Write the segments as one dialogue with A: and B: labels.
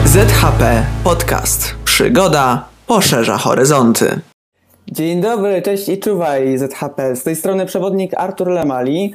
A: ZHP Podcast. Przygoda poszerza horyzonty. Dzień dobry, cześć i czuwaj ZHP. Z tej strony przewodnik Artur Lemali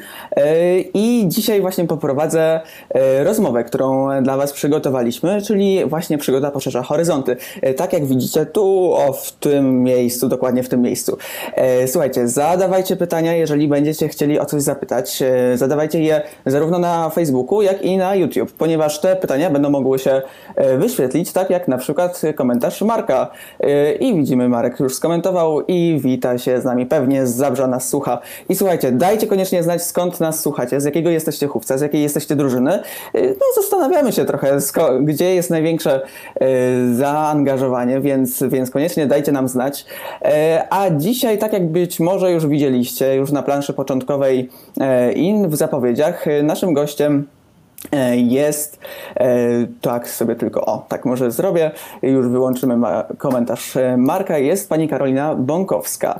A: i dzisiaj właśnie poprowadzę rozmowę, którą dla Was przygotowaliśmy, czyli właśnie przygoda poszerza horyzonty. Tak jak widzicie tu, w tym miejscu, dokładnie w tym miejscu. Słuchajcie, zadawajcie pytania, jeżeli będziecie chcieli o coś zapytać. Zadawajcie je zarówno na Facebooku, jak i na YouTube, ponieważ te pytania będą mogły się wyświetlić, tak jak na przykład komentarz Marka. I widzimy, Marek już skomentował i wita się z nami, pewnie z Zabrza nas słucha. I słuchajcie, dajcie koniecznie znać, skąd nas słuchacie, z jakiego jesteście chówca, z jakiej jesteście drużyny. No zastanawiamy się trochę, gdzie jest największe zaangażowanie, więc koniecznie dajcie nam znać. A dzisiaj, tak jak być może już widzieliście, już na planszy początkowej i w zapowiedziach, naszym gościem jest, tak sobie tylko, tak może zrobię, już wyłączymy komentarz Marka, jest pani Karolina Bąkowska,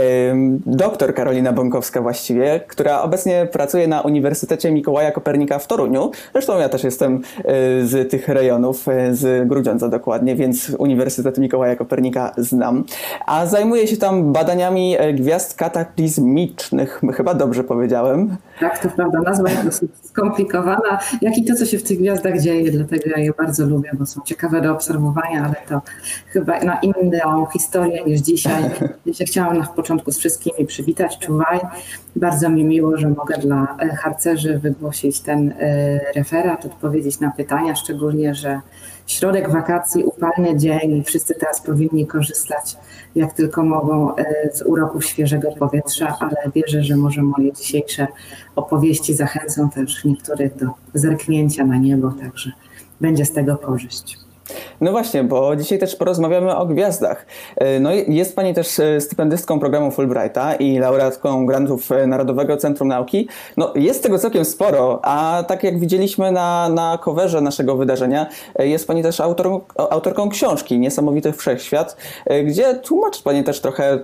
A: doktor Karolina Bąkowska właściwie, która obecnie pracuje na Uniwersytecie Mikołaja Kopernika w Toruniu. Zresztą ja też jestem z tych rejonów, z Grudziądza dokładnie, więc Uniwersytet Mikołaja Kopernika znam, a zajmuje się tam badaniami gwiazd kataklizmicznych, chyba dobrze powiedziałem.
B: Tak, to prawda, nazwa jest dosyć skomplikowana, jak i to, co się w tych gwiazdach dzieje, dlatego ja je bardzo lubię, bo są ciekawe do obserwowania, ale to chyba na inną historię niż dzisiaj. Ja chciałam na początku z wszystkimi przywitać, czuwaj. Bardzo mi miło, że mogę dla harcerzy wygłosić ten referat, odpowiedzieć na pytania, szczególnie, że środek wakacji, upalny dzień i wszyscy teraz powinni korzystać jak tylko mogą z uroków świeżego powietrza, ale wierzę, że może moje dzisiejsze opowieści zachęcą też niektórych do zerknięcia na niebo, także będzie z tego korzyść.
A: No właśnie, bo dzisiaj też porozmawiamy o gwiazdach. No jest pani też stypendystką programu Fulbrighta i laureatką grantów Narodowego Centrum Nauki. No jest tego całkiem sporo, a tak jak widzieliśmy na coverze naszego wydarzenia, jest pani też autorką książki Niesamowity Wszechświat, gdzie tłumaczy pani też trochę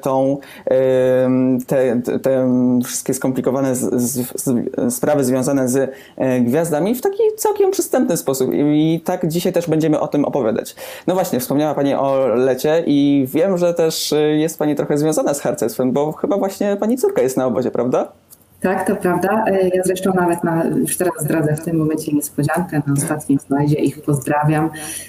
A: te wszystkie skomplikowane sprawy związane z gwiazdami w taki całkiem przystępny sposób. I tak dzisiaj też będziemy o tym opowiadać. No właśnie, wspomniała pani o lecie i wiem, że też jest pani trochę związana z harcerstwem, bo chyba właśnie pani córka jest na obozie, prawda?
B: Tak, to prawda. Ja zresztą nawet już teraz zdradzę w tym momencie niespodziankę. Na ostatnim slajdzie ich pozdrawiam.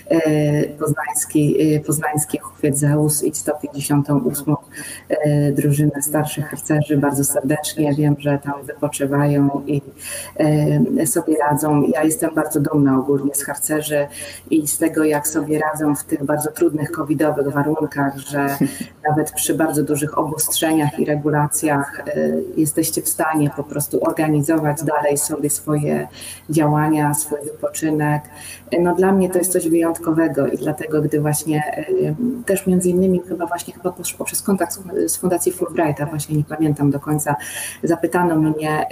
B: Poznański Hufiec Zeus i 158. drużynę starszych harcerzy bardzo serdecznie. Wiem, że tam wypoczywają i sobie radzą. Ja jestem bardzo dumna ogólnie z harcerzy i z tego, jak sobie radzą w tych bardzo trudnych covidowych warunkach, że nawet przy bardzo dużych obostrzeniach i regulacjach jesteście w stanie po prostu organizować dalej sobie swoje działania, swój wypoczynek. No dla mnie to jest coś wyjątkowego i dlatego, gdy właśnie też między innymi chyba poprzez kontakt z Fundacji Fulbrighta, właśnie nie pamiętam do końca, zapytano mnie,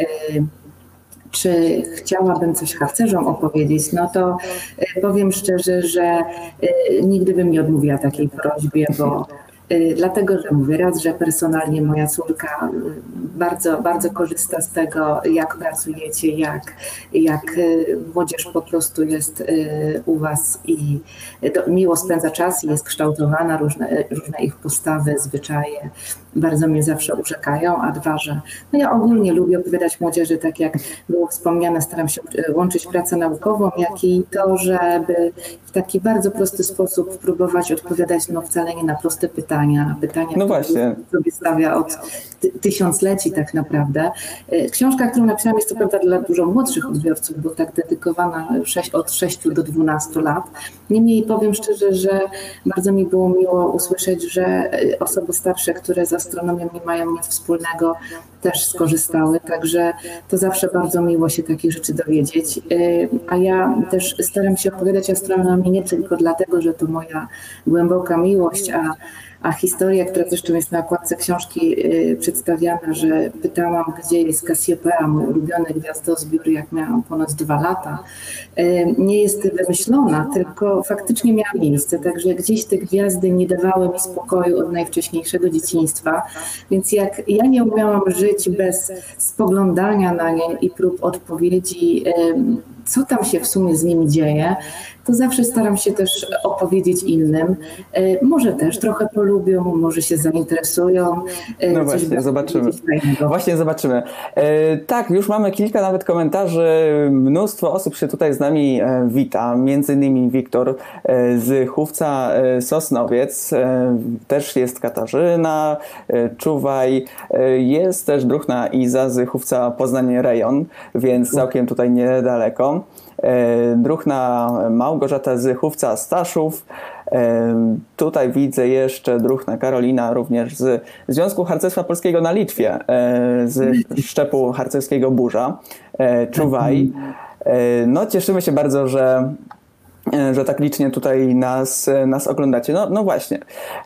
B: czy chciałabym coś harcerzom opowiedzieć, no to powiem szczerze, że nigdy bym nie odmówiła takiej prośbie, bo dlatego, że mówię raz, że personalnie moja córka bardzo, bardzo korzysta z tego, jak pracujecie, jak młodzież po prostu jest u Was i miło spędza czas i jest kształtowana, różne ich postawy, zwyczaje bardzo mnie zawsze urzekają, a dwa, że no ja ogólnie lubię opowiadać młodzieży, tak jak było wspomniane, staram się łączyć pracę naukową, jak i to, żeby w taki bardzo prosty sposób próbować odpowiadać wcale nie na proste pytania,
A: no właśnie,
B: które sobie stawia od tysiącleci tak naprawdę. Książka, którą napisałam, jest co prawda dla dużo młodszych odbiorców, bo tak dedykowana od 6 do 12 lat. Niemniej powiem szczerze, że bardzo mi było miło usłyszeć, że osoby starsze, które z astronomią nie mają nic wspólnego, też skorzystały, także to zawsze bardzo miło się takich rzeczy dowiedzieć. A ja też staram się opowiadać astronomii nie tylko dlatego, że to moja głęboka miłość, a historia, która zresztą jest na okładce książki przedstawiana, że pytałam, gdzie jest Cassiopeia, mój ulubiony gwiazdozbiór, jak miałam ponad 2 lata, nie jest wymyślona, tylko faktycznie miała miejsce, także gdzieś te gwiazdy nie dawały mi spokoju od najwcześniejszego dzieciństwa, więc jak ja nie umiałam żyć bez spoglądania na nie i prób odpowiedzi, co tam się w sumie z nimi dzieje, to zawsze staram się też opowiedzieć innym. Może też trochę polubią, może się zainteresują.
A: No właśnie, zobaczymy. Właśnie zobaczymy. Tak, już mamy kilka nawet komentarzy. Mnóstwo osób się tutaj z nami wita. Między innymi Wiktor z Chówca Sosnowiec. Też jest Katarzyna, Czuwaj. Jest też Druhna Iza z Chówca Poznań Rejon, więc całkiem tutaj niedaleko. Druhna Małgorzata z Chówca Staszów. Tutaj widzę jeszcze Druhna Karolina również z Związku Harcerstwa Polskiego na Litwie, z szczepu harcerskiego Burza. Czuwaj. No cieszymy się bardzo, że tak licznie tutaj nas oglądacie. No właśnie.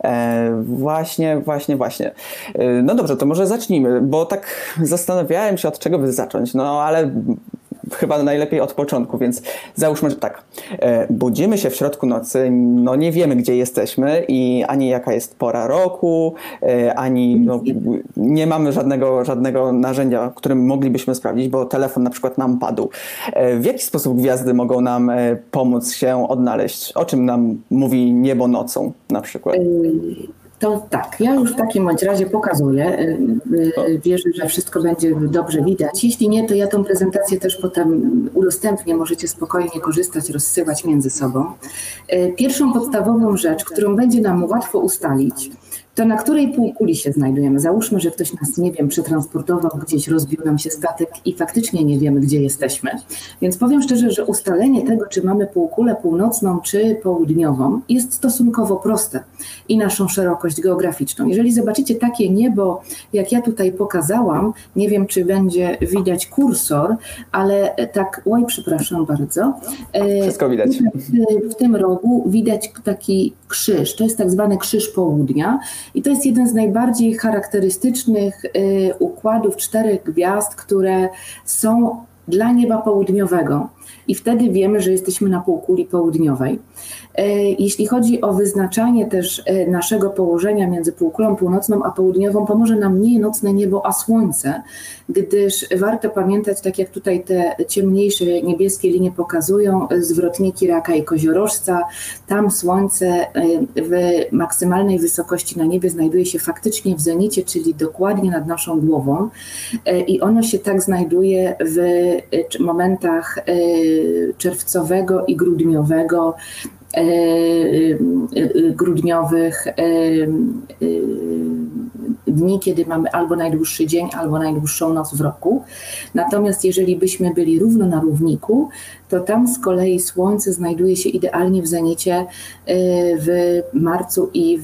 A: Właśnie. No dobrze, to może zacznijmy, bo tak zastanawiałem się, od czego by zacząć, no ale chyba najlepiej od początku, więc załóżmy, że tak. Budzimy się w środku nocy, no nie wiemy, gdzie jesteśmy i ani jaka jest pora roku, ani nie mamy żadnego narzędzia, którym moglibyśmy sprawdzić, bo telefon na przykład nam padł. W jaki sposób gwiazdy mogą nam pomóc się odnaleźć? O czym nam mówi niebo nocą na przykład?
B: To tak, ja już w takim bądź razie pokazuję. Wierzę, że wszystko będzie dobrze widać. Jeśli nie, to ja tą prezentację też potem udostępnię. Możecie spokojnie korzystać, rozsyłać między sobą. Pierwszą podstawową rzecz, którą będzie nam łatwo ustalić, to na której półkuli się znajdujemy. Załóżmy, że ktoś nas, nie wiem, przetransportował gdzieś, rozbił nam się statek i faktycznie nie wiemy, gdzie jesteśmy. Więc powiem szczerze, że ustalenie tego, czy mamy półkulę północną, czy południową, jest stosunkowo proste i naszą szerokość geograficzną. Jeżeli zobaczycie takie niebo, jak ja tutaj pokazałam, nie wiem, czy będzie widać kursor, ale tak, przepraszam bardzo.
A: Wszystko widać.
B: W tym rogu widać taki krzyż, to jest tak zwany krzyż południa. I to jest jeden z najbardziej charakterystycznych układów 4 gwiazd, które są dla nieba południowego. I wtedy wiemy, że jesteśmy na półkuli południowej. Jeśli chodzi o wyznaczanie też naszego położenia między półkulą północną a południową, pomoże nam nie nocne niebo, a słońce, gdyż warto pamiętać, tak jak tutaj te ciemniejsze niebieskie linie pokazują, zwrotniki Raka i Koziorożca, tam słońce w maksymalnej wysokości na niebie znajduje się faktycznie w zenicie, czyli dokładnie nad naszą głową i ono się tak znajduje w momentach czerwcowego i grudniowych dni, kiedy mamy albo najdłuższy dzień, albo najdłuższą noc w roku. Natomiast jeżeli byśmy byli równo na równiku, to tam z kolei słońce znajduje się idealnie w zenicie w marcu i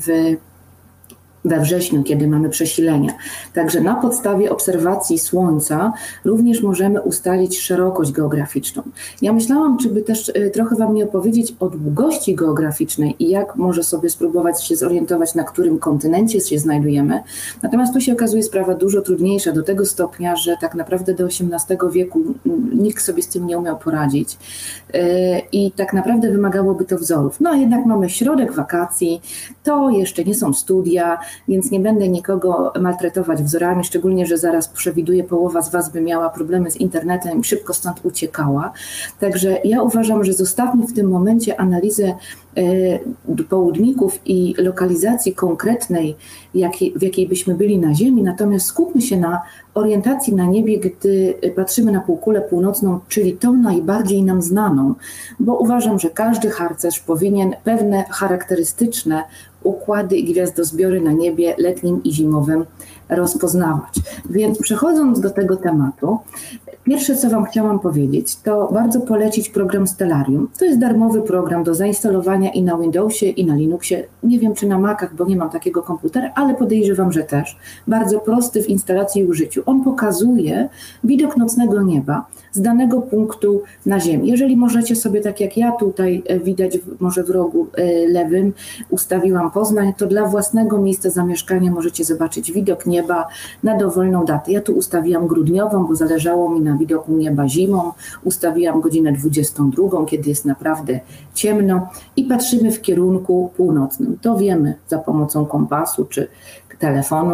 B: we wrześniu, kiedy mamy przesilenia. Także na podstawie obserwacji Słońca również możemy ustalić szerokość geograficzną. Ja myślałam, czy by też trochę Wam nie opowiedzieć o długości geograficznej i jak może sobie spróbować się zorientować, na którym kontynencie się znajdujemy. Natomiast tu się okazuje sprawa dużo trudniejsza do tego stopnia, że tak naprawdę do XVIII wieku nikt sobie z tym nie umiał poradzić. I tak naprawdę wymagałoby to wzorów. No a jednak mamy środek wakacji, to jeszcze nie są studia, więc nie będę nikogo maltretować wzorami, szczególnie, że zaraz przewiduję, połowa z Was by miała problemy z internetem i szybko stąd uciekała. Także ja uważam, że zostawmy w tym momencie analizę południków i lokalizacji konkretnej, w jakiej byśmy byli na Ziemi, natomiast skupmy się na orientacji na niebie, gdy patrzymy na półkulę północną, czyli tą najbardziej nam znaną, bo uważam, że każdy harcerz powinien pewne charakterystyczne układy i gwiazdozbiory na niebie letnim i zimowym rozpoznawać. Więc przechodząc do tego tematu, pierwsze, co Wam chciałam powiedzieć, to bardzo polecić program Stellarium. To jest darmowy program do zainstalowania i na Windowsie, i na Linuxie. Nie wiem, czy na Macach, bo nie mam takiego komputera, ale podejrzewam, że też. Bardzo prosty w instalacji i użyciu. On pokazuje widok nocnego nieba z danego punktu na Ziemi. Jeżeli możecie sobie, tak jak ja tutaj widać, może w rogu lewym ustawiłam Poznań, to dla własnego miejsca zamieszkania możecie zobaczyć widok nieba na dowolną datę. Ja tu ustawiłam grudniową, bo zależało mi na widoku nieba zimą. Ustawiłam godzinę 22, kiedy jest naprawdę ciemno i patrzymy w kierunku północnym. To wiemy za pomocą kompasu, czy telefonu, czy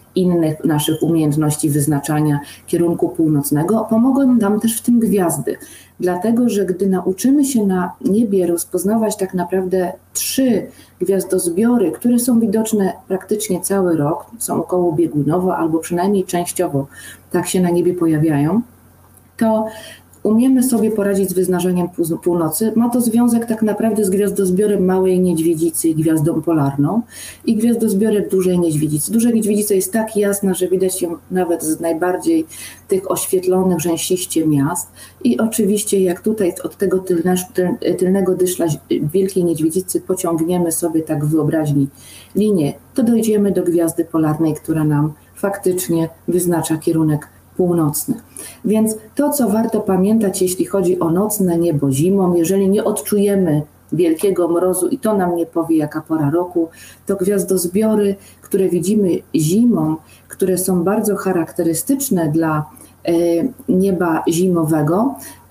B: innych naszych umiejętności wyznaczania kierunku północnego. Pomogą nam też w tym gwiazdy, dlatego że gdy nauczymy się na niebie rozpoznawać tak naprawdę 3 gwiazdozbiory, które są widoczne praktycznie cały rok, są okołobiegunowo albo przynajmniej częściowo tak się na niebie pojawiają, to umiemy sobie poradzić z wyznaczeniem północy. Ma to związek tak naprawdę z gwiazdozbiorem Małej Niedźwiedzicy i Gwiazdą Polarną i gwiazdozbiorem Dużej Niedźwiedzicy. Duża Niedźwiedzica jest tak jasna, że widać ją nawet z najbardziej tych oświetlonych rzęsiście miast i oczywiście jak tutaj od tego tylnego dyszla Wielkiej Niedźwiedzicy pociągniemy sobie tak w wyobraźni linię, to dojdziemy do Gwiazdy Polarnej, która nam faktycznie wyznacza kierunek północny. Więc to, co warto pamiętać, jeśli chodzi o nocne niebo zimą, jeżeli nie odczujemy wielkiego mrozu i to nam nie powie, jaka pora roku, to gwiazdozbiory, które widzimy zimą, które są bardzo charakterystyczne dla nieba zimowego,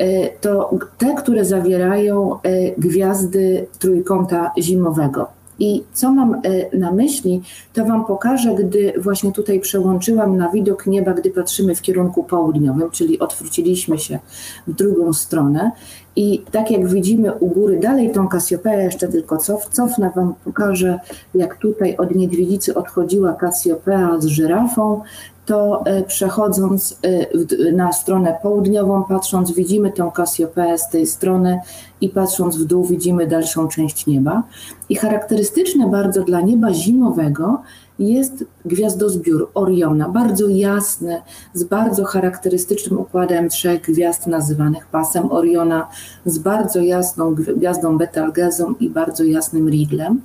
B: to te, które zawierają gwiazdy trójkąta zimowego. I co mam na myśli, to Wam pokażę, gdy właśnie tutaj przełączyłam na widok nieba, gdy patrzymy w kierunku południowym, czyli odwróciliśmy się w drugą stronę. I tak jak widzimy u góry, dalej tą Kasjopeę jeszcze tylko cofnę, Wam pokażę, jak tutaj od Niedźwiedzicy odchodziła Kasjopea z żyrafą, to przechodząc na stronę południową, patrząc, widzimy tą Kasjopeę z tej strony i patrząc w dół widzimy dalszą część nieba. I charakterystyczne bardzo dla nieba zimowego jest gwiazdozbiór Oriona, bardzo jasny, z bardzo charakterystycznym układem 3 gwiazd nazywanych pasem Oriona, z bardzo jasną gwiazdą Betelgezą i bardzo jasnym Riglem.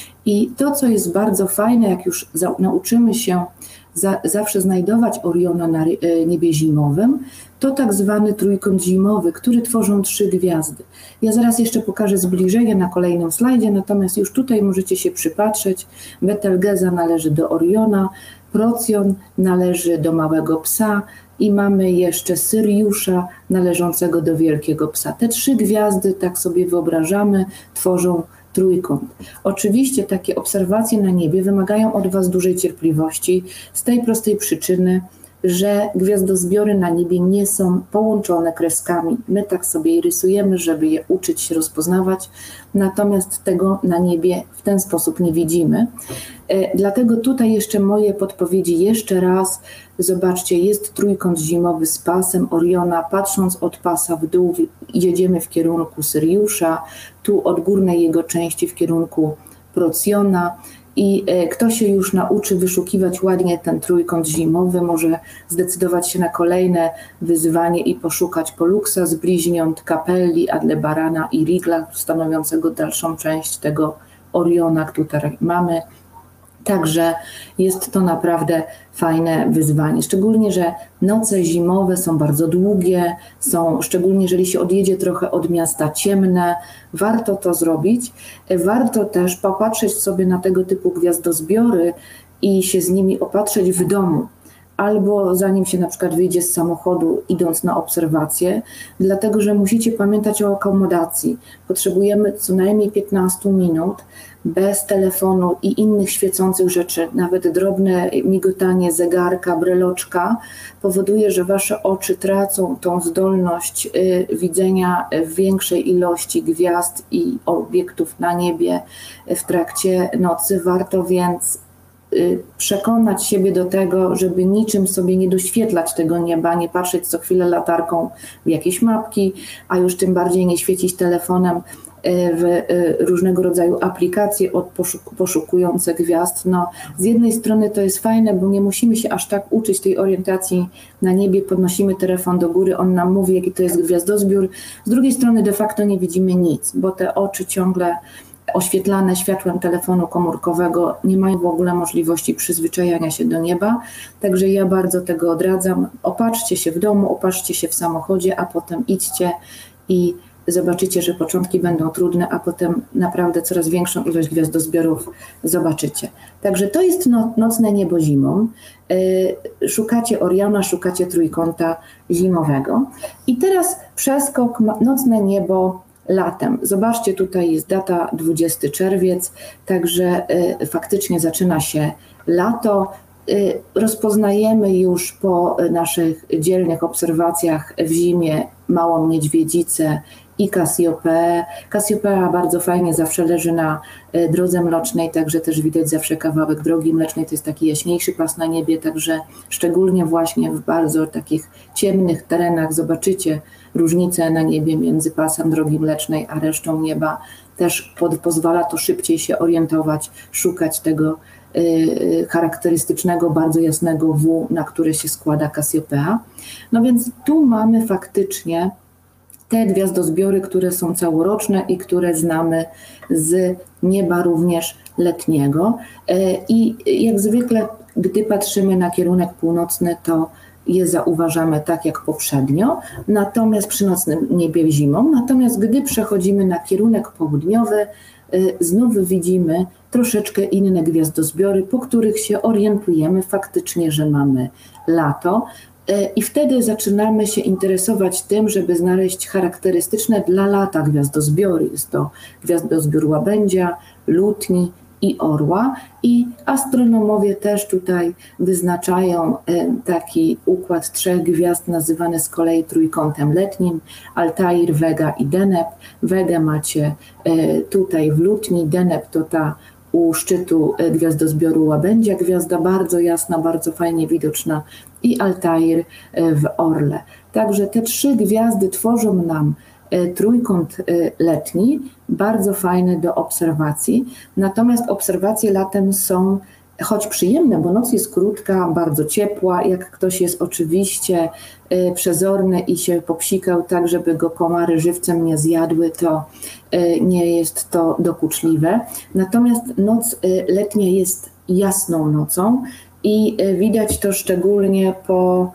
B: I to, co jest bardzo fajne, jak już nauczymy się zawsze znajdować Oriona na niebie zimowym, to tak zwany trójkąt zimowy, który tworzą 3 gwiazdy. Ja zaraz jeszcze pokażę zbliżenie na kolejnym slajdzie, natomiast już tutaj możecie się przypatrzeć. Betelgeza należy do Oriona, Procjon należy do Małego Psa i mamy jeszcze Syriusza należącego do Wielkiego Psa. Te 3 gwiazdy, tak sobie wyobrażamy, tworzą trójkąt. Oczywiście takie obserwacje na niebie wymagają od Was dużej cierpliwości z tej prostej przyczyny, że gwiazdozbiory na niebie nie są połączone kreskami. My tak sobie je rysujemy, żeby je uczyć się rozpoznawać, natomiast tego na niebie w ten sposób nie widzimy. Dlatego tutaj jeszcze moje podpowiedzi jeszcze raz. Zobaczcie, jest trójkąt zimowy z pasem Oriona. Patrząc od pasa w dół jedziemy w kierunku Syriusza, tu od górnej jego części w kierunku Procjona. I kto się już nauczy wyszukiwać ładnie ten trójkąt zimowy, może zdecydować się na kolejne wyzwanie i poszukać Polluxa z bliźniąt Capelli, Aldebarana i Rigla, stanowiącego dalszą część tego Oriona, który mamy. Także jest to naprawdę fajne wyzwanie, szczególnie, że noce zimowe są bardzo długie, są, szczególnie jeżeli się odjedzie trochę od miasta, ciemne. Warto to zrobić. Warto też popatrzeć sobie na tego typu gwiazdozbiory i się z nimi opatrzeć w domu, albo zanim się na przykład wyjdzie z samochodu, idąc na obserwację, dlatego że musicie pamiętać o akomodacji. Potrzebujemy co najmniej 15 minut bez telefonu i innych świecących rzeczy, nawet drobne migotanie zegarka, breloczka powoduje, że Wasze oczy tracą tą zdolność widzenia większej ilości gwiazd i obiektów na niebie w trakcie nocy. Warto więc przekonać siebie do tego, żeby niczym sobie nie doświetlać tego nieba, nie patrzeć co chwilę latarką w jakieś mapki, a już tym bardziej nie świecić telefonem w różnego rodzaju aplikacje poszukujące gwiazd. No, z jednej strony to jest fajne, bo nie musimy się aż tak uczyć tej orientacji na niebie, podnosimy telefon do góry, on nam mówi, jaki to jest gwiazdozbiór. Z drugiej strony de facto nie widzimy nic, bo te oczy ciągle oświetlane światłem telefonu komórkowego nie mają w ogóle możliwości przyzwyczajania się do nieba, także ja bardzo tego odradzam. Opatrzcie się w domu, opatrzcie się w samochodzie, a potem idźcie i zobaczycie, że początki będą trudne, a potem naprawdę coraz większą ilość gwiazdozbiorów zobaczycie. Także to jest nocne niebo zimą. Szukacie Oriona, szukacie trójkąta zimowego. I teraz przeskok, nocne niebo latem. Zobaczcie, tutaj jest data 20 czerwiec, także faktycznie zaczyna się lato. rozpoznajemy już po naszych dzielnych obserwacjach w zimie małą niedźwiedzicę i Cassiopeę. Cassiopeia bardzo fajnie zawsze leży na drodze mlecznej, także też widać zawsze kawałek drogi mlecznej, to jest taki jaśniejszy pas na niebie, także szczególnie właśnie w bardzo takich ciemnych terenach zobaczycie różnicę na niebie między pasem drogi mlecznej a resztą nieba. Też pozwala to szybciej się orientować, szukać tego charakterystycznego, bardzo jasnego W, na które się składa Cassiopeia. No więc tu mamy faktycznie te gwiazdozbiory, które są całoroczne i które znamy z nieba również letniego. I jak zwykle, gdy patrzymy na kierunek północny, to je zauważamy tak jak poprzednio, natomiast przy nocnym niebie zimą. Natomiast gdy przechodzimy na kierunek południowy, znów widzimy troszeczkę inne gwiazdozbiory, po których się orientujemy faktycznie, że mamy lato. I wtedy zaczynamy się interesować tym, żeby znaleźć charakterystyczne dla lata gwiazdozbiory. Jest to gwiazdozbiór łabędzia, lutni i orła. I astronomowie też tutaj wyznaczają taki układ 3 gwiazd nazywany z kolei trójkątem letnim: Altair, Vega i Deneb. Vegę macie tutaj w lutni, Deneb to ta u szczytu gwiazdozbioru łabędzia, gwiazda bardzo jasna, bardzo fajnie widoczna, i Altair w orle. Także te 3 gwiazdy tworzą nam trójkąt letni, bardzo fajny do obserwacji. Natomiast obserwacje latem są choć przyjemne, bo noc jest krótka, bardzo ciepła, jak ktoś jest oczywiście przezorny i się popsikał tak, żeby go komary żywcem nie zjadły, to nie jest to dokuczliwe. Natomiast noc letnia jest jasną nocą i widać to szczególnie po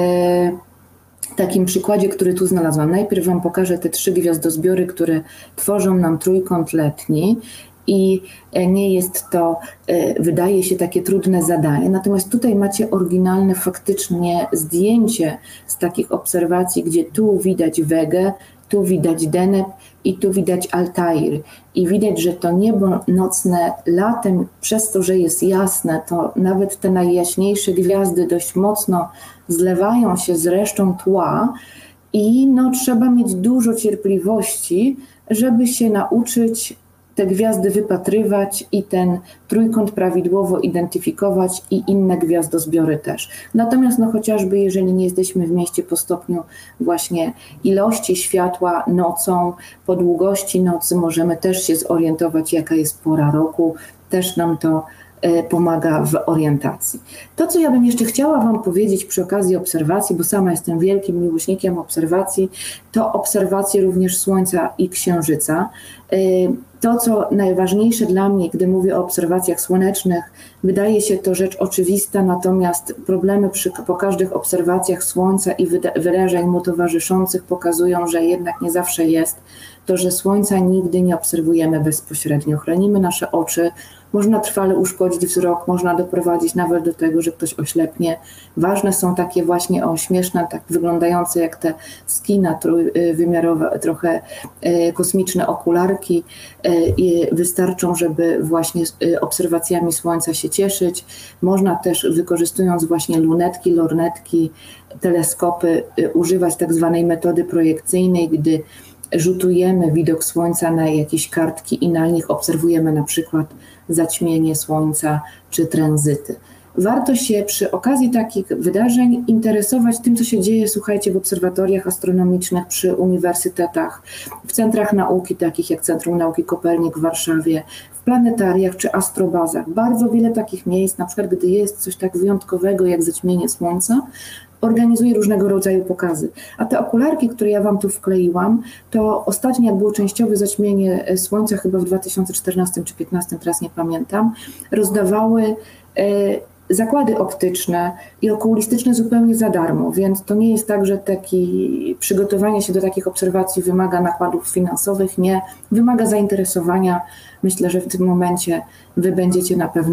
B: takim przykładzie, który tu znalazłam. Najpierw Wam pokażę te 3 gwiazdozbiory, które tworzą nam trójkąt letni. I nie jest to, wydaje się, takie trudne zadanie. Natomiast tutaj macie oryginalne faktycznie zdjęcie z takich obserwacji, gdzie tu widać Vegę, tu widać Deneb i tu widać Altair. I widać, że to niebo nocne latem, przez to, że jest jasne, to nawet te najjaśniejsze gwiazdy dość mocno zlewają się z resztą tła i no, trzeba mieć dużo cierpliwości, żeby się nauczyć te gwiazdy wypatrywać i ten trójkąt prawidłowo identyfikować i inne gwiazdozbiory też. Natomiast no chociażby jeżeli nie jesteśmy w mieście po stopniu właśnie ilości światła nocą, po długości nocy możemy też się zorientować, jaka jest pora roku, też nam to pomaga w orientacji. To, co ja bym jeszcze chciała Wam powiedzieć przy okazji obserwacji, bo sama jestem wielkim miłośnikiem obserwacji, to obserwacje również Słońca i Księżyca. To, co najważniejsze dla mnie, gdy mówię o obserwacjach słonecznych, wydaje się to rzecz oczywista, natomiast problemy po każdych obserwacjach Słońca i wyrażeń mu towarzyszących pokazują, że jednak nie zawsze jest to, że Słońca nigdy nie obserwujemy bezpośrednio. Chronimy nasze oczy, można trwale uszkodzić wzrok, można doprowadzić nawet do tego, że ktoś oślepnie. Ważne są takie właśnie śmieszne, tak wyglądające jak te z kina trójwymiarowe, trochę kosmiczne okularki i wystarczą, żeby właśnie obserwacjami Słońca się cieszyć. Można też, wykorzystując właśnie lunetki, lornetki, teleskopy, używać tak zwanej metody projekcyjnej, gdy rzutujemy widok Słońca na jakieś kartki i na nich obserwujemy na przykład zaćmienie Słońca czy tranzyty. Warto się przy okazji takich wydarzeń interesować tym, co się dzieje, słuchajcie, w obserwatoriach astronomicznych przy uniwersytetach, w centrach nauki, takich jak Centrum Nauki Kopernik w Warszawie, w planetariach czy astrobazach. Bardzo wiele takich miejsc, na przykład gdy jest coś tak wyjątkowego jak zaćmienie Słońca, organizuje różnego rodzaju pokazy. A te okularki, które ja Wam tu wkleiłam, to ostatnio, jak było częściowe zaćmienie Słońca, chyba w 2014 czy 2015, teraz nie pamiętam, rozdawały zakłady optyczne i okulistyczne zupełnie za darmo, więc to nie jest tak, że przygotowanie się do takich obserwacji wymaga nakładów finansowych, nie, wymaga zainteresowania. Myślę, że w tym momencie Wy będziecie na pewno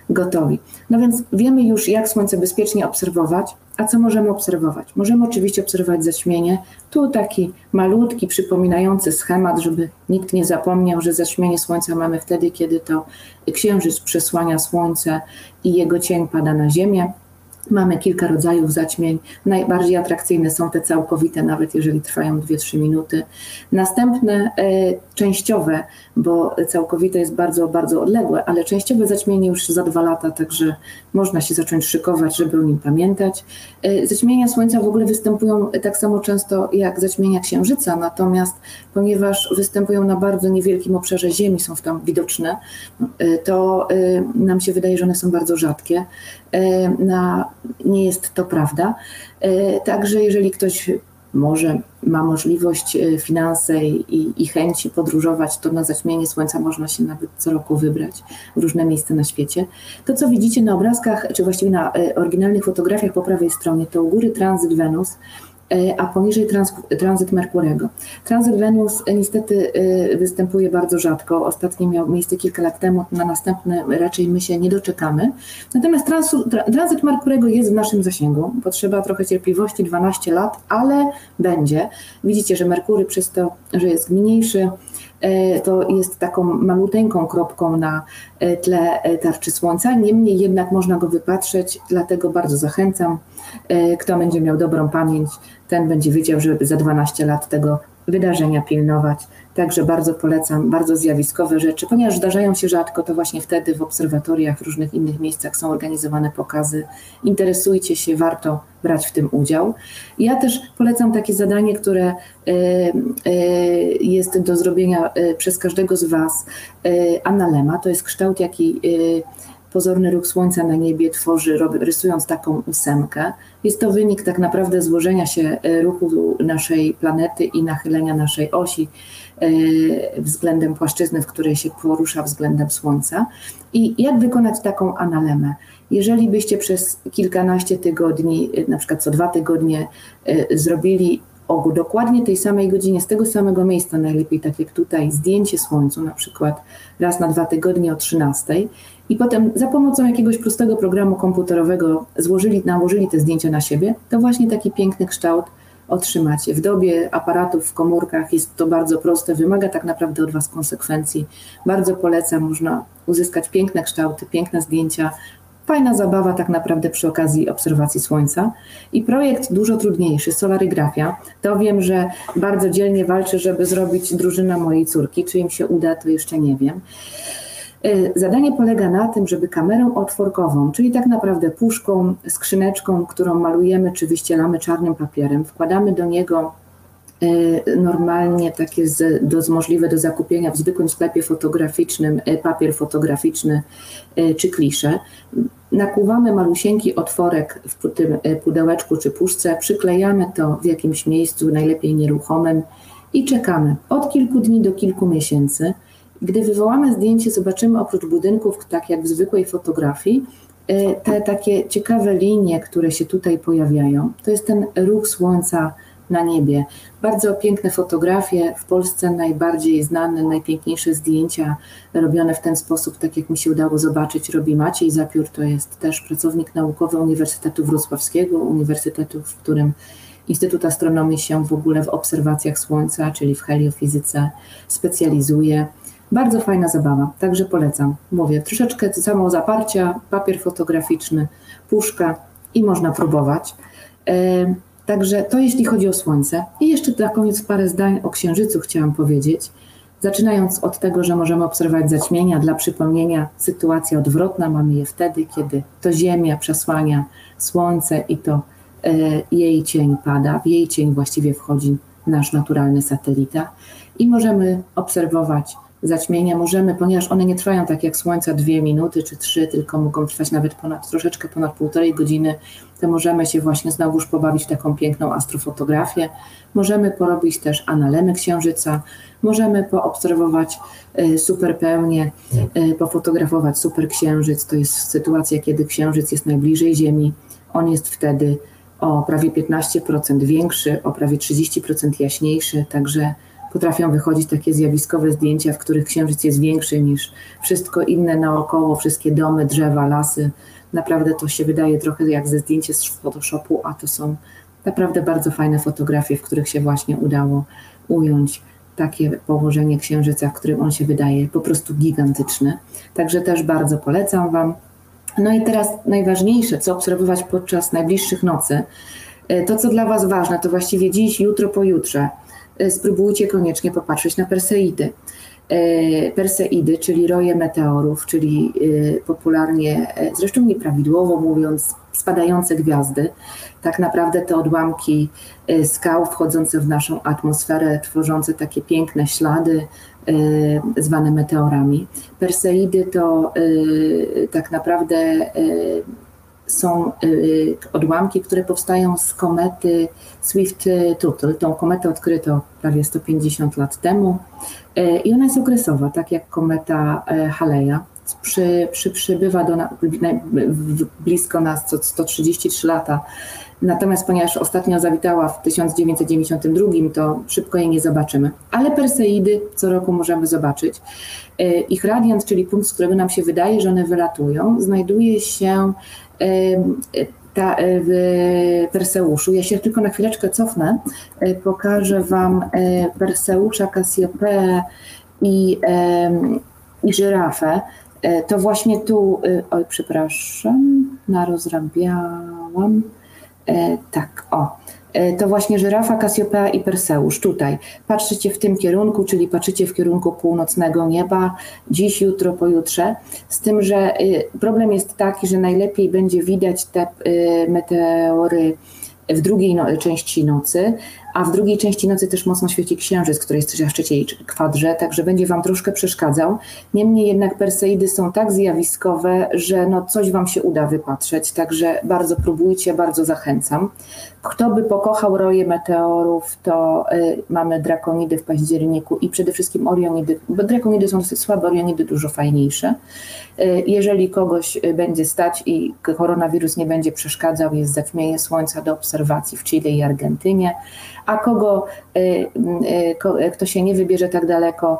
B: gotowi. No więc wiemy już, jak Słońce bezpiecznie obserwować, a co możemy obserwować? Możemy oczywiście obserwować zaćmienie. Tu taki malutki, przypominający schemat, żeby nikt nie zapomniał, że zaćmienie Słońca mamy wtedy, kiedy to Księżyc przesłania Słońce i jego cień pada na Ziemię. Mamy kilka rodzajów zaćmień. Najbardziej atrakcyjne są te całkowite, nawet jeżeli trwają 2-3 minuty. Następne częściowe, bo całkowite jest bardzo, bardzo odległe, ale częściowe zaćmienie już za 2 lata, także można się zacząć szykować, żeby o nim pamiętać. Zaćmienia Słońca w ogóle występują tak samo często jak zaćmienia Księżyca, natomiast ponieważ występują na bardzo niewielkim obszarze Ziemi, są tam widoczne, to nam się wydaje, że one są bardzo rzadkie. Nie jest to prawda. Także jeżeli ktoś ma możliwość, finanse i chęci podróżować, to na zaćmienie Słońca można się nawet co roku wybrać w różne miejsca na świecie. To, co widzicie na obrazkach, czy właściwie na oryginalnych fotografiach po prawej stronie, to u góry tranzyt Wenus, a poniżej tranzyt Merkurego. Tranzyt Wenus niestety występuje bardzo rzadko. Ostatni miał miejsce kilka lat temu, na następny raczej my się nie doczekamy. Natomiast tranzyt Merkurego jest w naszym zasięgu. Potrzeba trochę cierpliwości, 12 lat, ale będzie. Widzicie, że Merkury przez to, że jest mniejszy, to jest taką maluteńką kropką na tle tarczy Słońca. Niemniej jednak można go wypatrzeć, dlatego bardzo zachęcam. Kto będzie miał dobrą pamięć, ten będzie wiedział, żeby za 12 lat tego wydarzenia pilnować. Także bardzo polecam, bardzo zjawiskowe rzeczy. Ponieważ zdarzają się rzadko, to właśnie wtedy w obserwatoriach, w różnych innych miejscach są organizowane pokazy. Interesujcie się, warto brać w tym udział. Ja też polecam takie zadanie, które jest do zrobienia przez każdego z Was. Analema, to jest kształt, jaki pozorny ruch Słońca na niebie tworzy, rysując taką 8. Jest to wynik tak naprawdę złożenia się ruchu naszej planety i nachylenia naszej osi względem płaszczyzny, w której się porusza względem Słońca. I jak wykonać taką analemę? Jeżeli byście przez kilkanaście tygodni, na przykład co 2 tygodnie zrobili o dokładnie tej samej godzinie, z tego samego miejsca, najlepiej tak jak tutaj, zdjęcie Słońcu, na przykład raz na 2 tygodnie o 13:00 i potem za pomocą jakiegoś prostego programu komputerowego nałożyli te zdjęcia na siebie, to właśnie taki piękny kształt otrzymacie. W dobie aparatów w komórkach jest to bardzo proste, wymaga tak naprawdę od Was konsekwencji. Bardzo polecam, można uzyskać piękne kształty, piękne zdjęcia. Fajna zabawa tak naprawdę przy okazji obserwacji Słońca. I projekt dużo trudniejszy, solarygrafia. To wiem, że bardzo dzielnie walczy, żeby zrobić drużyna mojej córki. Czy im się uda, to jeszcze nie wiem. Zadanie polega na tym, żeby kamerą otworkową, czyli tak naprawdę puszką, skrzyneczką, którą malujemy czy wyścielamy czarnym papierem, wkładamy do niego normalnie takie możliwe do zakupienia w zwykłym sklepie fotograficznym, papier fotograficzny czy klisze. Nakłuwamy malusieńki otworek w tym pudełeczku czy puszce, przyklejamy to w jakimś miejscu, najlepiej nieruchomym i czekamy od kilku dni do kilku miesięcy. Gdy wywołamy zdjęcie, zobaczymy oprócz budynków, tak jak w zwykłej fotografii, te takie ciekawe linie, które się tutaj pojawiają. To jest ten ruch Słońca na niebie. Bardzo piękne fotografie, w Polsce najbardziej znane, najpiękniejsze zdjęcia robione w ten sposób, tak jak mi się udało zobaczyć, robi Maciej Zapiór, to jest też pracownik naukowy Uniwersytetu Wrocławskiego, uniwersytetu, w którym Instytut Astronomii się w ogóle w obserwacjach Słońca, czyli w heliofizyce specjalizuje. Bardzo fajna zabawa, także polecam. Mówię, troszeczkę samo zaparcia, papier fotograficzny, puszka i można próbować. Także to jeśli chodzi o Słońce. I jeszcze na koniec parę zdań o Księżycu chciałam powiedzieć. Zaczynając od tego, że możemy obserwować zaćmienia. Dla przypomnienia, sytuacja odwrotna mamy je wtedy, kiedy to Ziemia przesłania Słońce i to jej cień pada. W jej cień właściwie wchodzi nasz naturalny satelita. I możemy obserwować zaćmienia. Ponieważ one nie trwają tak jak Słońca 2 minuty czy 3, tylko mogą trwać nawet troszeczkę ponad 1,5 godziny, to możemy się właśnie znowuż pobawić w taką piękną astrofotografię. Możemy porobić też analemy Księżyca, możemy poobserwować superpełnię, pofotografować superksiężyc. To jest sytuacja, kiedy Księżyc jest najbliżej Ziemi. On jest wtedy o prawie 15% większy, o prawie 30% jaśniejszy, także potrafią wychodzić takie zjawiskowe zdjęcia, w których księżyc jest większy niż wszystko inne naokoło, wszystkie domy, drzewa, lasy. Naprawdę to się wydaje trochę jak ze zdjęcia z Photoshopu, a to są naprawdę bardzo fajne fotografie, w których się właśnie udało ująć takie położenie księżyca, w którym on się wydaje po prostu gigantyczny. Także też bardzo polecam Wam. No i teraz najważniejsze, co obserwować podczas najbliższych nocy. To, co dla Was ważne, to właściwie dziś, jutro, pojutrze. Spróbujcie koniecznie popatrzeć na Perseidy. Perseidy, czyli roje meteorów, czyli popularnie, zresztą nieprawidłowo mówiąc, spadające gwiazdy. Tak naprawdę te odłamki skał wchodzące w naszą atmosferę, tworzące takie piękne ślady zwane meteorami. Perseidy to tak naprawdę są odłamki, które powstają z komety Swift-Tuttle. Tą kometę odkryto prawie 150 lat temu i ona jest okresowa, tak jak kometa Haleja. Przybywa blisko nas co 133 lata. Natomiast ponieważ ostatnio zawitała w 1992, to szybko jej nie zobaczymy. Ale Perseidy co roku możemy zobaczyć. Ich radiant, czyli punkt, z którego nam się wydaje, że one wylatują, znajduje się w Perseuszu. Ja się tylko na chwileczkę cofnę. Pokażę Wam Perseusza, Kassiopea i żyrafę. To właśnie tu, oj przepraszam, narozrabiałam. Tak, to właśnie żyrafa, Kassiopea i Perseusz. Tutaj patrzycie w tym kierunku, czyli patrzycie w kierunku północnego nieba, dziś, jutro, pojutrze. Z tym, że problem jest taki, że najlepiej będzie widać te meteory w drugiej części nocy, a w drugiej części nocy też mocno świeci księżyc, który jest na trzeciej kwadrze, także będzie Wam troszkę przeszkadzał. Niemniej jednak Perseidy są tak zjawiskowe, że no coś Wam się uda wypatrzeć, także bardzo próbujcie, bardzo zachęcam. Kto by pokochał roje meteorów, to mamy Drakonidy w październiku i przede wszystkim Orionidy, bo Drakonidy są dosyć słabe, Orionidy dużo fajniejsze. Jeżeli kogoś będzie stać i koronawirus nie będzie przeszkadzał, jest zaćmienie słońca do obserwacji w Chile i Argentynie, a kto się nie wybierze tak daleko,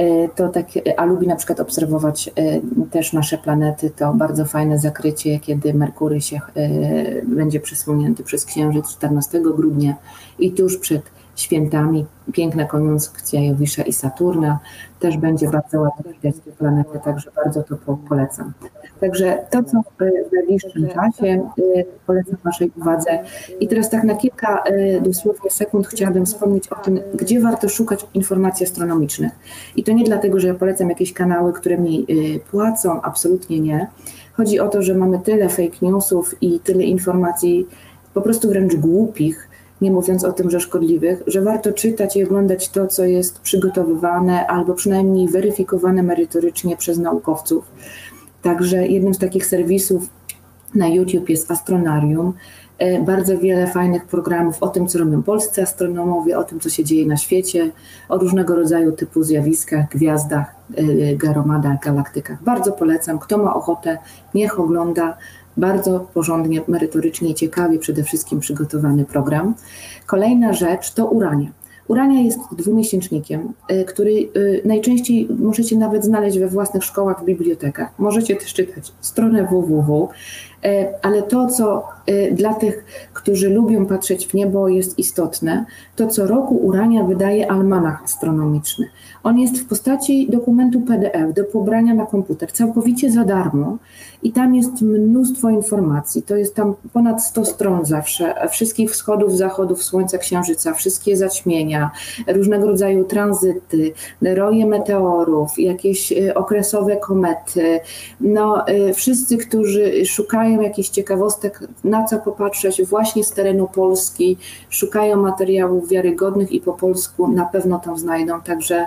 B: a lubi na przykład obserwować też nasze planety, to bardzo fajne zakrycie, kiedy Merkury będzie przysłonięty przez Księżyc 14 grudnia i tuż przed świętami piękna konjunkcja Jowisza i Saturna. Też będzie bardzo ładnie widać te planety, także bardzo to polecam. Także to, co w najbliższym czasie polecam Waszej uwadze. I teraz tak na kilka dosłownie sekund chciałabym wspomnieć o tym, gdzie warto szukać informacji astronomicznych. I to nie dlatego, że ja polecam jakieś kanały, które mi płacą, absolutnie nie. Chodzi o to, że mamy tyle fake newsów i tyle informacji po prostu wręcz głupich, nie mówiąc o tym, że szkodliwych, że warto czytać i oglądać to, co jest przygotowywane albo przynajmniej weryfikowane merytorycznie przez naukowców. Także jednym z takich serwisów na YouTube jest Astronarium. Bardzo wiele fajnych programów o tym, co robią polscy astronomowie, o tym, co się dzieje na świecie, o różnego rodzaju typu zjawiskach, gwiazdach, garomadach, galaktykach. Bardzo polecam. Kto ma ochotę, niech ogląda. Bardzo porządnie, merytorycznie i ciekawie przede wszystkim przygotowany program. Kolejna rzecz to Urania. Urania jest dwumiesięcznikiem, który najczęściej możecie nawet znaleźć we własnych szkołach, w bibliotekach. Możecie też czytać stronę www, ale to, co dla tych, którzy lubią patrzeć w niebo, jest istotne, to co roku Urania wydaje almanach astronomiczny. On jest w postaci dokumentu PDF do pobrania na komputer, całkowicie za darmo i tam jest mnóstwo informacji. To jest tam ponad 100 stron zawsze, wszystkich wschodów, zachodów, słońca, księżyca, wszystkie zaćmienia, różnego rodzaju tranzyty, roje meteorów, jakieś okresowe komety. No, wszyscy, którzy szukają jakichś ciekawostek, na co popatrzeć właśnie z terenu Polski, szukają materiałów wiarygodnych i po polsku na pewno tam znajdą, także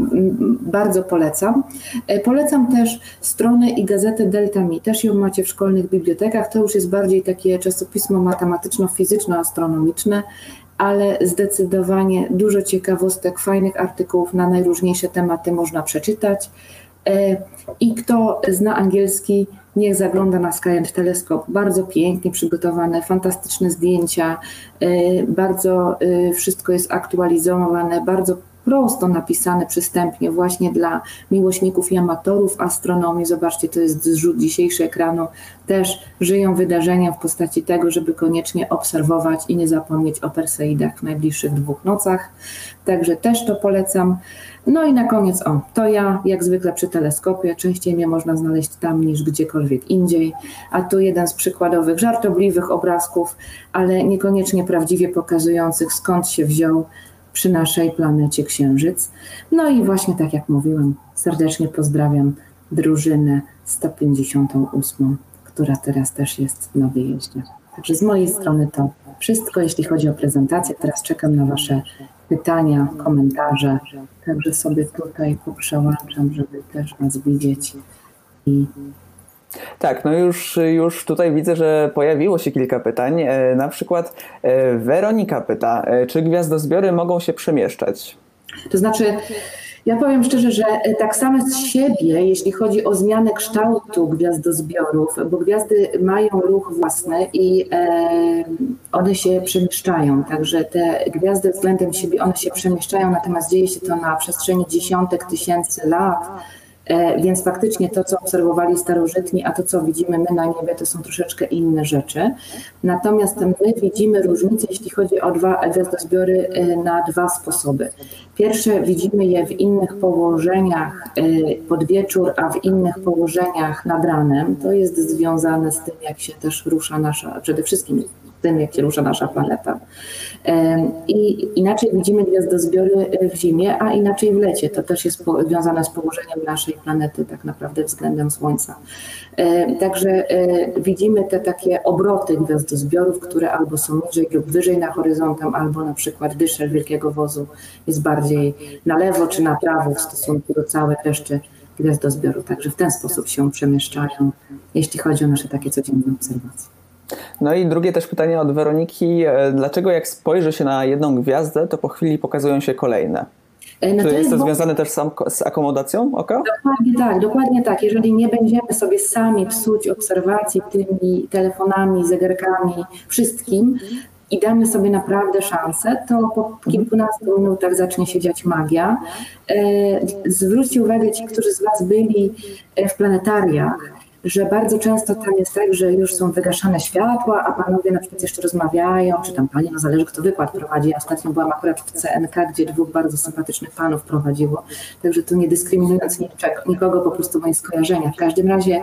B: bardzo polecam. Polecam też stronę i gazetę Delta Mi, też ją macie w szkolnych bibliotekach, to już jest bardziej takie czasopismo matematyczno-fizyczno-astronomiczne, ale zdecydowanie dużo ciekawostek, fajnych artykułów na najróżniejsze tematy można przeczytać. I kto zna angielski, niech zagląda na Sky and Telescope. Bardzo pięknie przygotowane, fantastyczne zdjęcia, bardzo wszystko jest aktualizowane, bardzo prosto napisane przystępnie właśnie dla miłośników i amatorów astronomii. Zobaczcie, to jest zrzut dzisiejszy ekranu. Też żyją wydarzeniem w postaci tego, żeby koniecznie obserwować i nie zapomnieć o Perseidach w najbliższych 2 nocach. Także też to polecam. No i na koniec, to ja jak zwykle przy teleskopie, częściej mnie można znaleźć tam niż gdziekolwiek indziej, a tu jeden z przykładowych, żartobliwych obrazków, ale niekoniecznie prawdziwie pokazujących, skąd się wziął przy naszej planecie Księżyc. No i właśnie tak jak mówiłam, serdecznie pozdrawiam drużynę 158, która teraz też jest na wyjeździe. Także z mojej strony to wszystko, jeśli chodzi o prezentację. Teraz czekam na Wasze pytania, komentarze. Także sobie tutaj poprzełączam, żeby też nas widzieć.
A: Tak, no już tutaj widzę, że pojawiło się kilka pytań. Na przykład Weronika pyta, czy gwiazdozbiory mogą się przemieszczać?
B: To znaczy, ja powiem szczerze, że tak samo z siebie, jeśli chodzi o zmianę kształtu gwiazdozbiorów, bo gwiazdy mają ruch własny i one się przemieszczają, także te gwiazdy względem siebie, one się przemieszczają, natomiast dzieje się to na przestrzeni dziesiątek tysięcy lat, więc faktycznie to, co obserwowali starożytni, a to, co widzimy my na niebie, to są troszeczkę inne rzeczy. Natomiast my widzimy różnicę, jeśli chodzi o gwiazdozbiory, na 2 sposoby. Pierwsze, widzimy je w innych położeniach pod wieczór, a w innych położeniach nad ranem. To jest związane z tym, jak się też rusza przede wszystkim tym, jak się rusza nasza planeta. I inaczej widzimy gwiazdozbiory w zimie, a inaczej w lecie. To też jest związane z położeniem naszej planety tak naprawdę względem Słońca. Także widzimy te takie obroty gwiazdozbiorów, które albo są niżej lub wyżej na horyzontem, albo na przykład dyszel Wielkiego Wozu jest bardziej na lewo czy na prawo w stosunku do całej reszty gwiazdozbioru. Także w ten sposób się przemieszczają, jeśli chodzi o nasze takie codzienne obserwacje.
A: No i drugie też pytanie od Weroniki. Dlaczego jak spojrzy się na jedną gwiazdę, to po chwili pokazują się kolejne?
B: No
A: Czy jest to związane też z akomodacją oka?
B: Dokładnie tak. Jeżeli nie będziemy sobie sami psuć obserwacji tymi telefonami, zegarkami, wszystkim i damy sobie naprawdę szansę, to po kilkunastu minutach zacznie się dziać magia. Zwróćcie uwagę ci, którzy z Was byli w planetariach, że bardzo często tam jest tak, że już są wygaszane światła, a panowie na przykład jeszcze rozmawiają, czy tam panie, no zależy kto wykład prowadzi. Ja ostatnio byłam akurat w CNK, gdzie 2 bardzo sympatycznych panów prowadziło, także tu nie dyskryminując nikogo, po prostu moje skojarzenia. W każdym razie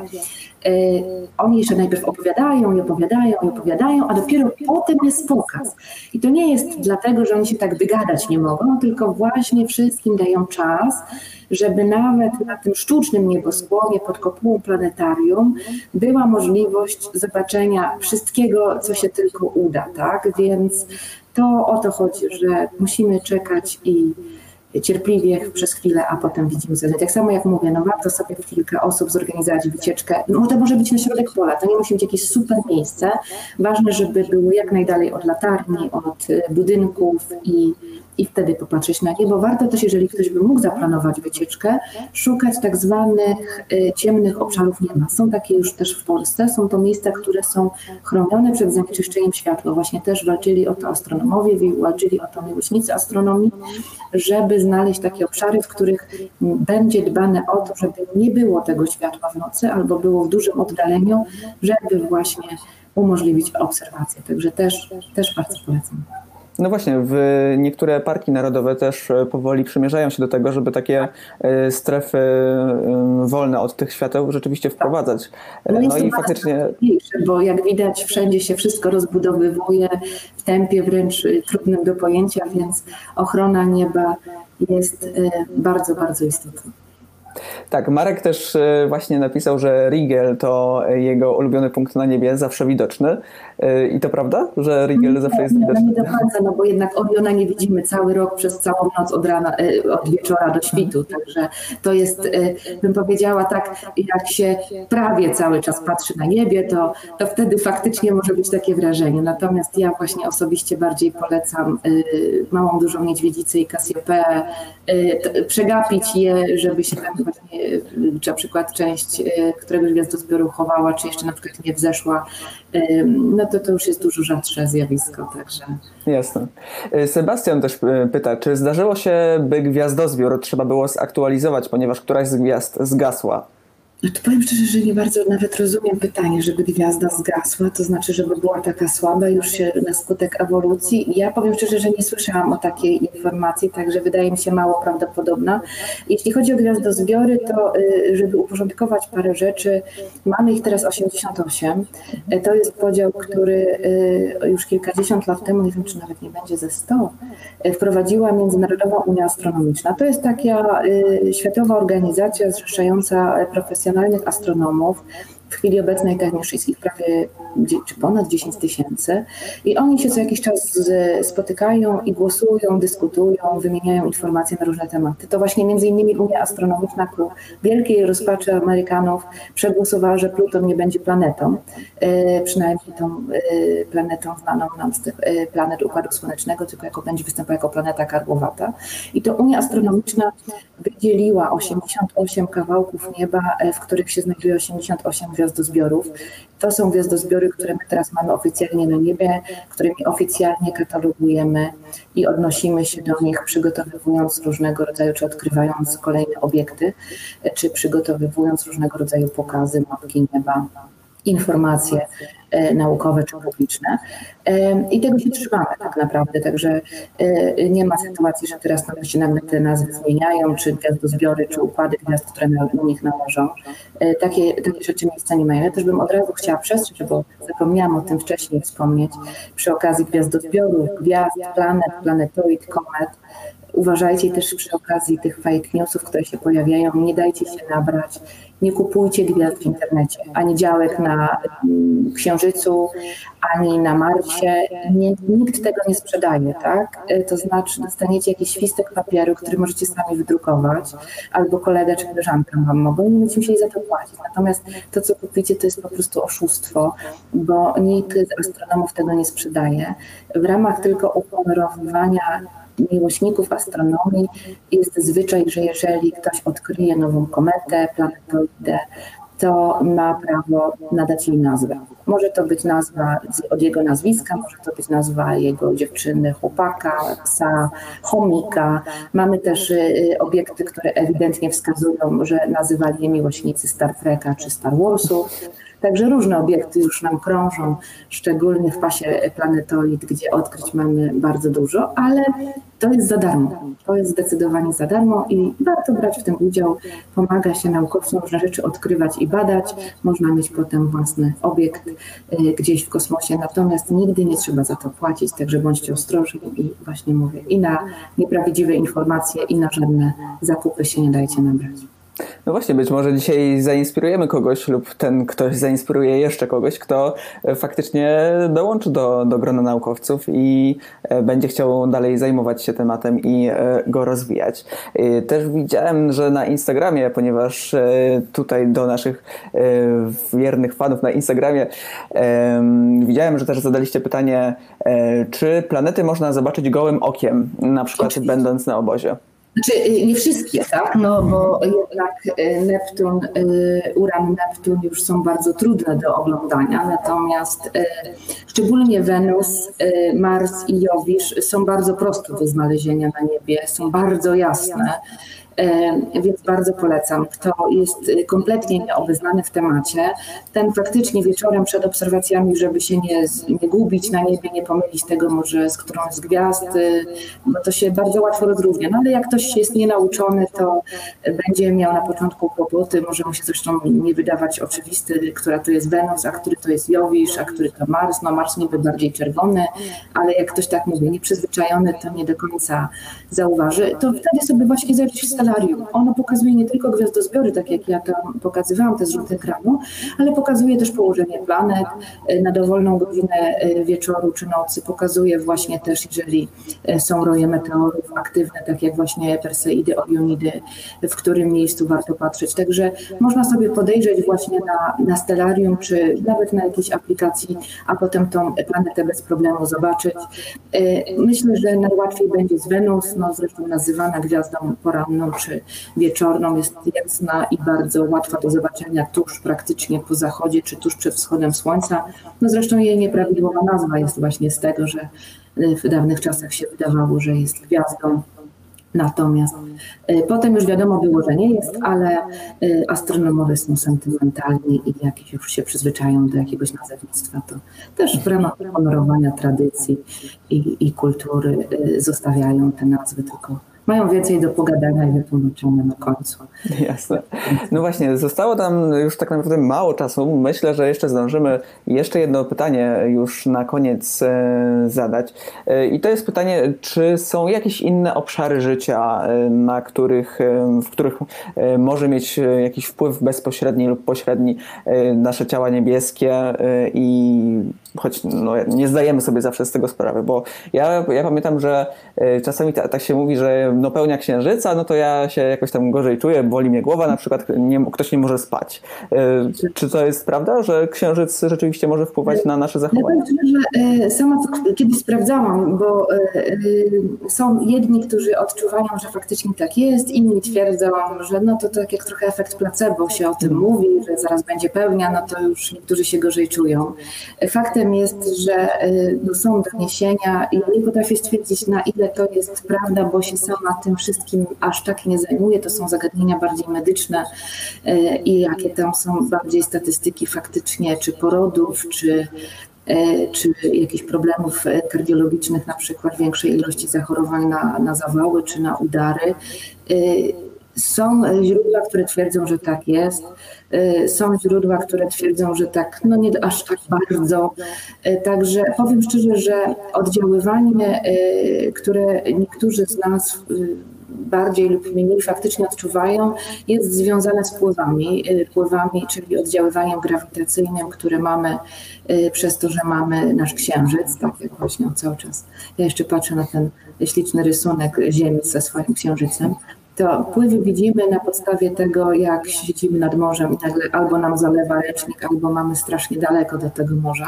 B: oni jeszcze najpierw opowiadają, a dopiero potem jest pokaz. I to nie jest dlatego, że oni się tak wygadać nie mogą, tylko właśnie wszystkim dają czas, żeby nawet na tym sztucznym nieboskłonie pod kopułą planetarium była możliwość zobaczenia wszystkiego, co się tylko uda, tak? Więc to o to chodzi, że musimy czekać i cierpliwie przez chwilę, a potem widzimy zadanie. Tak samo jak mówię, no warto sobie w kilka osób zorganizować wycieczkę. No to może być na środek pola, to nie musi być jakieś super miejsce. Ważne, żeby było jak najdalej od latarni, od budynków i wtedy popatrzeć na niebo. Warto też, jeżeli ktoś by mógł zaplanować wycieczkę, szukać tak zwanych ciemnych obszarów nieba. Są takie już też w Polsce, są to miejsca, które są chronione przed zanieczyszczeniem światła. Właśnie też walczyli o to astronomowie, walczyli o to miłośnicy astronomii, żeby znaleźć takie obszary, w których będzie dbane o to, żeby nie było tego światła w nocy albo było w dużym oddaleniu, żeby właśnie umożliwić obserwację. Także też bardzo polecam.
A: No właśnie, niektóre parki narodowe też powoli przymierzają się do tego, żeby takie strefy wolne od tych świateł rzeczywiście wprowadzać.
B: No i faktycznie... Bo jak widać wszędzie się wszystko rozbudowywuje w tempie wręcz trudnym do pojęcia, więc ochrona nieba jest bardzo, bardzo istotna.
A: Tak, Marek też właśnie napisał, że Rigel to jego ulubiony punkt na niebie, zawsze widoczny. I to prawda, że Rigel zawsze jest widoczny?
B: Nie do końca, no bo jednak Oriona nie widzimy cały rok przez całą noc od wieczora do świtu, także to jest, bym powiedziała tak, jak się prawie cały czas patrzy na niebie, to wtedy faktycznie może być takie wrażenie. Natomiast ja właśnie osobiście bardziej polecam Małą Dużą Niedźwiedzicę i Kasiopea, przegapić je, żeby się tam właśnie, czy na przykład część któregoś gwiazdozbioru chowała, czy jeszcze na przykład nie wzeszła, no to już jest dużo rzadsze zjawisko, także...
A: Jasne. Sebastian też pyta, czy zdarzyło się, by gwiazdozbiór trzeba było zaktualizować, ponieważ któraś z gwiazd zgasła?
B: No to powiem szczerze, że nie bardzo nawet rozumiem pytanie, żeby gwiazda zgasła, to znaczy, żeby była taka słaba już się na skutek ewolucji. Ja powiem szczerze, że nie słyszałam o takiej informacji, także wydaje mi się mało prawdopodobna. Jeśli chodzi o gwiazdozbiory, to żeby uporządkować parę rzeczy, mamy ich teraz 88. To jest podział, który już kilkadziesiąt lat temu, nie wiem czy nawet nie będzie ze 100, wprowadziła Międzynarodowa Unia Astronomiczna. To jest taka światowa organizacja zrzeszająca profesjonalnych astronomów. W chwili obecnej tak już ich prawie czy ponad 10 000 i oni się co jakiś czas spotykają i głosują, dyskutują, wymieniają informacje na różne tematy. To właśnie między innymi Unia Astronomiczna ku wielkiej rozpaczy Amerykanów przegłosowała, że Pluton nie będzie planetą, przynajmniej tą planetą znaną nam z tych planet Układu Słonecznego, tylko będzie występowała jako planeta karłowata. I to Unia Astronomiczna wydzieliła 88 kawałków nieba, w których się znajduje 88 gwiazdozbiorów. To są gwiazdozbiory, które my teraz mamy oficjalnie na niebie, którymi oficjalnie katalogujemy i odnosimy się do nich, przygotowując różnego rodzaju, czy odkrywając kolejne obiekty, czy przygotowując różnego rodzaju pokazy, mapki nieba, informacje naukowe czy publiczne. I tego się trzymamy tak naprawdę, także nie ma sytuacji, że teraz nam się nagle te nazwy zmieniają, czy gwiazdozbiory, czy układy gwiazd, które na nich należą. Takie rzeczy miejsca nie mają. Ja też bym od razu chciała przestrzec, bo zapomniałam o tym wcześniej wspomnieć, przy okazji gwiazdozbiorów, gwiazd, planet, planetoid, komet. Uważajcie też przy okazji tych fake newsów, które się pojawiają, nie dajcie się nabrać, nie kupujcie gwiazd w internecie, ani działek na Księżycu, ani na Marsie. Nikt tego nie sprzedaje, tak? To znaczy dostaniecie jakiś świstek papieru, który możecie sami wydrukować, albo kolega czy koleżanka wam mogą i nie będziecie musieli za to płacić. Natomiast to, co kupicie, to jest po prostu oszustwo, bo nikt z astronomów tego nie sprzedaje. W ramach tylko uhonorowywania miłośników astronomii jest zwyczaj, że jeżeli ktoś odkryje nową kometę, planetoidę, to ma prawo nadać jej nazwę. Może to być nazwa od jego nazwiska, może to być nazwa jego dziewczyny, chłopaka, psa, chomika. Mamy też obiekty, które ewidentnie wskazują, że nazywali je miłośnicy Star Treka czy Star Warsów. Także różne obiekty już nam krążą, szczególnie w pasie planetoid, gdzie odkryć mamy bardzo dużo, ale to jest za darmo. To jest zdecydowanie za darmo i warto brać w tym udział. Pomaga się naukowcom różne rzeczy odkrywać i badać. Można mieć potem własny obiekt gdzieś w kosmosie, natomiast nigdy nie trzeba za to płacić, także bądźcie ostrożni i właśnie mówię, i na nieprawdziwe informacje, i na żadne zakupy się nie dajcie nabrać.
A: No właśnie, być może dzisiaj zainspirujemy kogoś lub ten ktoś zainspiruje jeszcze kogoś, kto faktycznie dołączy do grona naukowców i będzie chciał dalej zajmować się tematem i go rozwijać. Też widziałem, że na Instagramie, ponieważ tutaj do naszych wiernych fanów na Instagramie widziałem, że też zadaliście pytanie, czy planety można zobaczyć gołym okiem, na przykład oczywiście, będąc na obozie.
B: Znaczy nie wszystkie, tak? No bo jednak Neptun, Uran, Neptun już są bardzo trudne do oglądania, natomiast szczególnie Wenus, Mars i Jowisz są bardzo proste do znalezienia na niebie, są bardzo jasne. Więc bardzo polecam. Kto jest kompletnie nieobeznany w temacie, ten faktycznie wieczorem przed obserwacjami, żeby się nie gubić na niebie, nie pomylić tego może z którąś z gwiazd, bo to się bardzo łatwo rozróżnia. No ale jak ktoś jest nienauczony, to będzie miał na początku kłopoty, może mu się zresztą nie wydawać oczywisty, która to jest Wenus, a który to jest Jowisz, a który to Mars. No Mars niby bardziej czerwony, ale jak ktoś tak mówi, nieprzyzwyczajony, to nie do końca zauważy. To wtedy sobie właśnie zajrzeć w stelarium. Ono pokazuje nie tylko gwiazdozbiory, tak jak ja tam pokazywałam, te zrzuty ekranu, ale pokazuje też położenie planet na dowolną godzinę wieczoru czy nocy. Pokazuje właśnie też, jeżeli są roje meteorów aktywne, tak jak właśnie Perseidy, Orionidy, w którym miejscu warto patrzeć. Także można sobie podejrzeć właśnie na stelarium, czy nawet na jakiejś aplikacji, a potem tą planetę bez problemu zobaczyć. Myślę, że najłatwiej będzie z Wenus, no zresztą nazywana gwiazdą poranną, czy wieczorną, jest jasna i bardzo łatwa do zobaczenia tuż praktycznie po zachodzie, czy tuż przed wschodem słońca. No zresztą jej nieprawidłowa nazwa jest właśnie z tego, że w dawnych czasach się wydawało, że jest gwiazdą. Natomiast potem już wiadomo było, że nie jest, ale astronomowie są sentymentalni i jak już się przyzwyczają do jakiegoś nazewnictwa, to też w ramach honorowania tradycji i kultury zostawiają te nazwy, tylko mają więcej do pogadania i wytłumaczenia na końcu.
A: Jasne. No właśnie, zostało tam już tak naprawdę mało czasu. Myślę, że jeszcze zdążymy jeszcze jedno pytanie już na koniec zadać. I to jest pytanie, czy są jakieś inne obszary życia, w których może mieć jakiś wpływ bezpośredni lub pośredni nasze ciała niebieskie i choć no, nie zdajemy sobie zawsze z tego sprawy, bo ja pamiętam, że czasami tak się mówi, że no pełnia księżyca, no to ja się jakoś tam gorzej czuję, boli mnie głowa, na przykład ktoś nie może spać. Czy to jest prawda, że księżyc rzeczywiście może wpływać na nasze zachowanie?
B: Ja powiem, że sama to kiedyś sprawdzałam, bo są jedni, którzy odczuwają, że faktycznie tak jest, inni twierdzą, że no to tak jak trochę efekt placebo się o tym mówi, że zaraz będzie pełnia, no to już niektórzy się gorzej czują. Faktem jest, że są doniesienia i nie potrafię stwierdzić, na ile to jest prawda, bo się sama tym wszystkim aż tak nie zajmuję. To są zagadnienia bardziej medyczne i jakie tam są bardziej statystyki faktycznie, czy porodów, czy jakichś problemów kardiologicznych, na przykład większej ilości zachorowań na zawały czy na udary. Są źródła, które twierdzą, że tak jest. Są źródła, które twierdzą, że tak, no nie aż tak bardzo. Także powiem szczerze, że oddziaływanie, które niektórzy z nas bardziej lub mniej faktycznie odczuwają, jest związane z pływami, czyli oddziaływaniem grawitacyjnym, które mamy przez to, że mamy nasz księżyc, tak jak właśnie cały czas. Ja jeszcze patrzę na ten śliczny rysunek Ziemi ze swoim księżycem. To pływy widzimy na podstawie tego, jak siedzimy nad morzem i nagle albo nam zalewa ręcznik, albo mamy strasznie daleko do tego morza.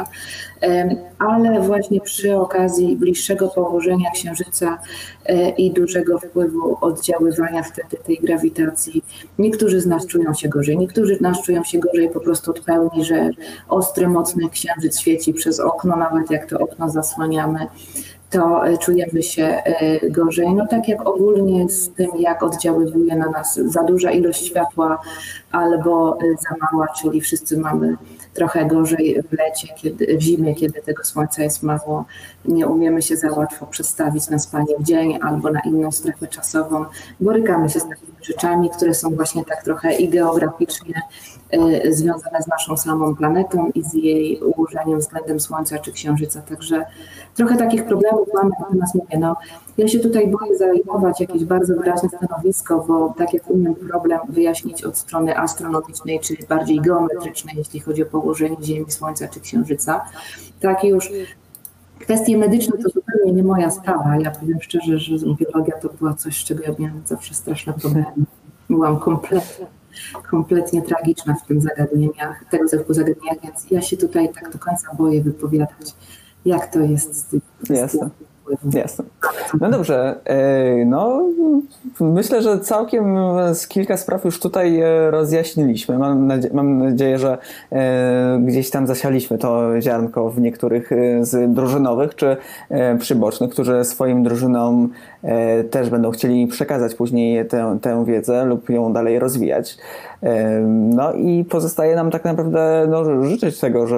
B: Ale właśnie przy okazji bliższego położenia Księżyca i dużego wpływu oddziaływania wtedy tej grawitacji, niektórzy z nas czują się gorzej, niektórzy z nas czują się gorzej po prostu od pełni, że ostry, mocny Księżyc świeci przez okno, nawet jak to okno zasłaniamy, to czujemy się gorzej. No tak jak ogólnie z tym, jak oddziaływuje na nas za duża ilość światła albo za mała, czyli wszyscy mamy trochę gorzej w lecie, w zimie, kiedy tego słońca jest mało. Nie umiemy się za łatwo przestawić na spanie w dzień albo na inną strefę czasową. Borykamy się z takimi rzeczami, które są właśnie tak trochę i geograficznie związane z naszą samą planetą i z jej ułożeniem względem Słońca czy Księżyca. Także trochę takich problemów mamy, natomiast mówię, no ja się tutaj boję zajmować jakieś bardzo wyraźne stanowisko, bo tak jak umiem problem wyjaśnić od strony astronomicznej czy bardziej geometrycznej, jeśli chodzi o położenie Ziemi, Słońca czy Księżyca, tak już kwestie medyczne to zupełnie nie moja sprawa. Ja powiem szczerze, że biologia to była coś, z czego ja miałam zawsze straszne problemy. Byłam kompletnie tragiczna w tym tego typu zagadnieniach, więc ja się tutaj tak do końca boję wypowiadać, jak to jest z tym.
A: Jasne. No dobrze, no myślę, że całkiem z kilka spraw już tutaj rozjaśniliśmy. Mam nadzieję, że gdzieś tam zasialiśmy to ziarnko w niektórych z drużynowych czy przybocznych, którzy swoim drużynom też będą chcieli przekazać później tę wiedzę lub ją dalej rozwijać. No i pozostaje nam tak naprawdę życzyć tego,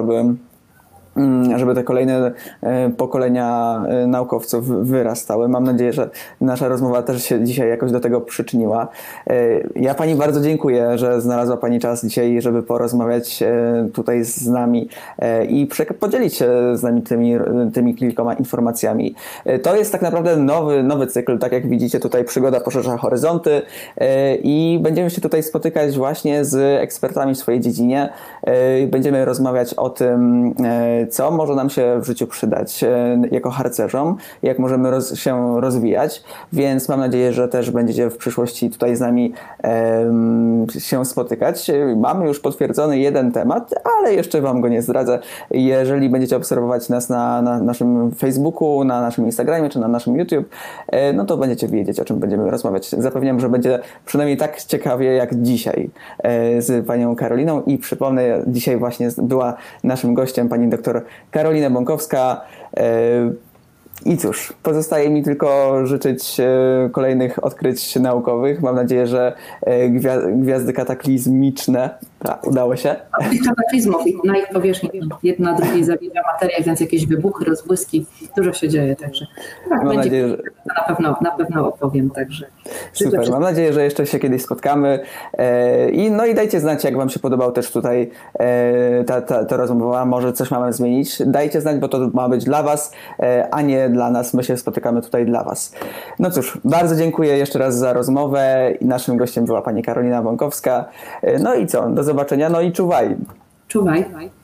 A: żeby te kolejne pokolenia naukowców wyrastały. Mam nadzieję, że nasza rozmowa też się dzisiaj jakoś do tego przyczyniła. Ja Pani bardzo dziękuję, że znalazła Pani czas dzisiaj, żeby porozmawiać tutaj z nami i podzielić się z nami tymi kilkoma informacjami. To jest tak naprawdę nowy cykl, tak jak widzicie tutaj Przygoda poszerza horyzonty i będziemy się tutaj spotykać właśnie z ekspertami w swojej dziedzinie. Będziemy rozmawiać o tym, co może nam się w życiu przydać jako harcerzom, jak możemy się rozwijać, więc mam nadzieję, że też będziecie w przyszłości tutaj z nami się spotykać. Mamy już potwierdzony jeden temat, ale jeszcze wam go nie zdradzę. Jeżeli będziecie obserwować nas na naszym Facebooku, na naszym Instagramie czy na naszym YouTube, no to będziecie wiedzieć, o czym będziemy rozmawiać. Zapewniam, że będzie przynajmniej tak ciekawie jak dzisiaj z panią Karoliną i przypomnę, dzisiaj właśnie była naszym gościem pani doktor Karolina Bąkowska. I cóż, pozostaje mi tylko życzyć kolejnych odkryć naukowych. Mam nadzieję, że gwiazdy kataklizmiczne udało się.
B: Kataklizmów na ich powierzchni jedna drugiej zabiera materia, więc jakieś wybuchy, rozbłyski, dużo się dzieje, także tak,
A: mam nadzieję, że
B: na pewno opowiem. Także
A: super, mam nadzieję, że jeszcze się kiedyś spotkamy i dajcie znać, jak wam się podobał też tutaj ta rozmowa, może coś mamy zmienić. Dajcie znać, bo to ma być dla was, a nie dla nas. My się spotykamy tutaj dla was. No cóż, bardzo dziękuję jeszcze raz za rozmowę i naszym gościem była pani Karolina Bąkowska. No i co, do zobaczenia, no i czuwaj.
B: Czuwaj.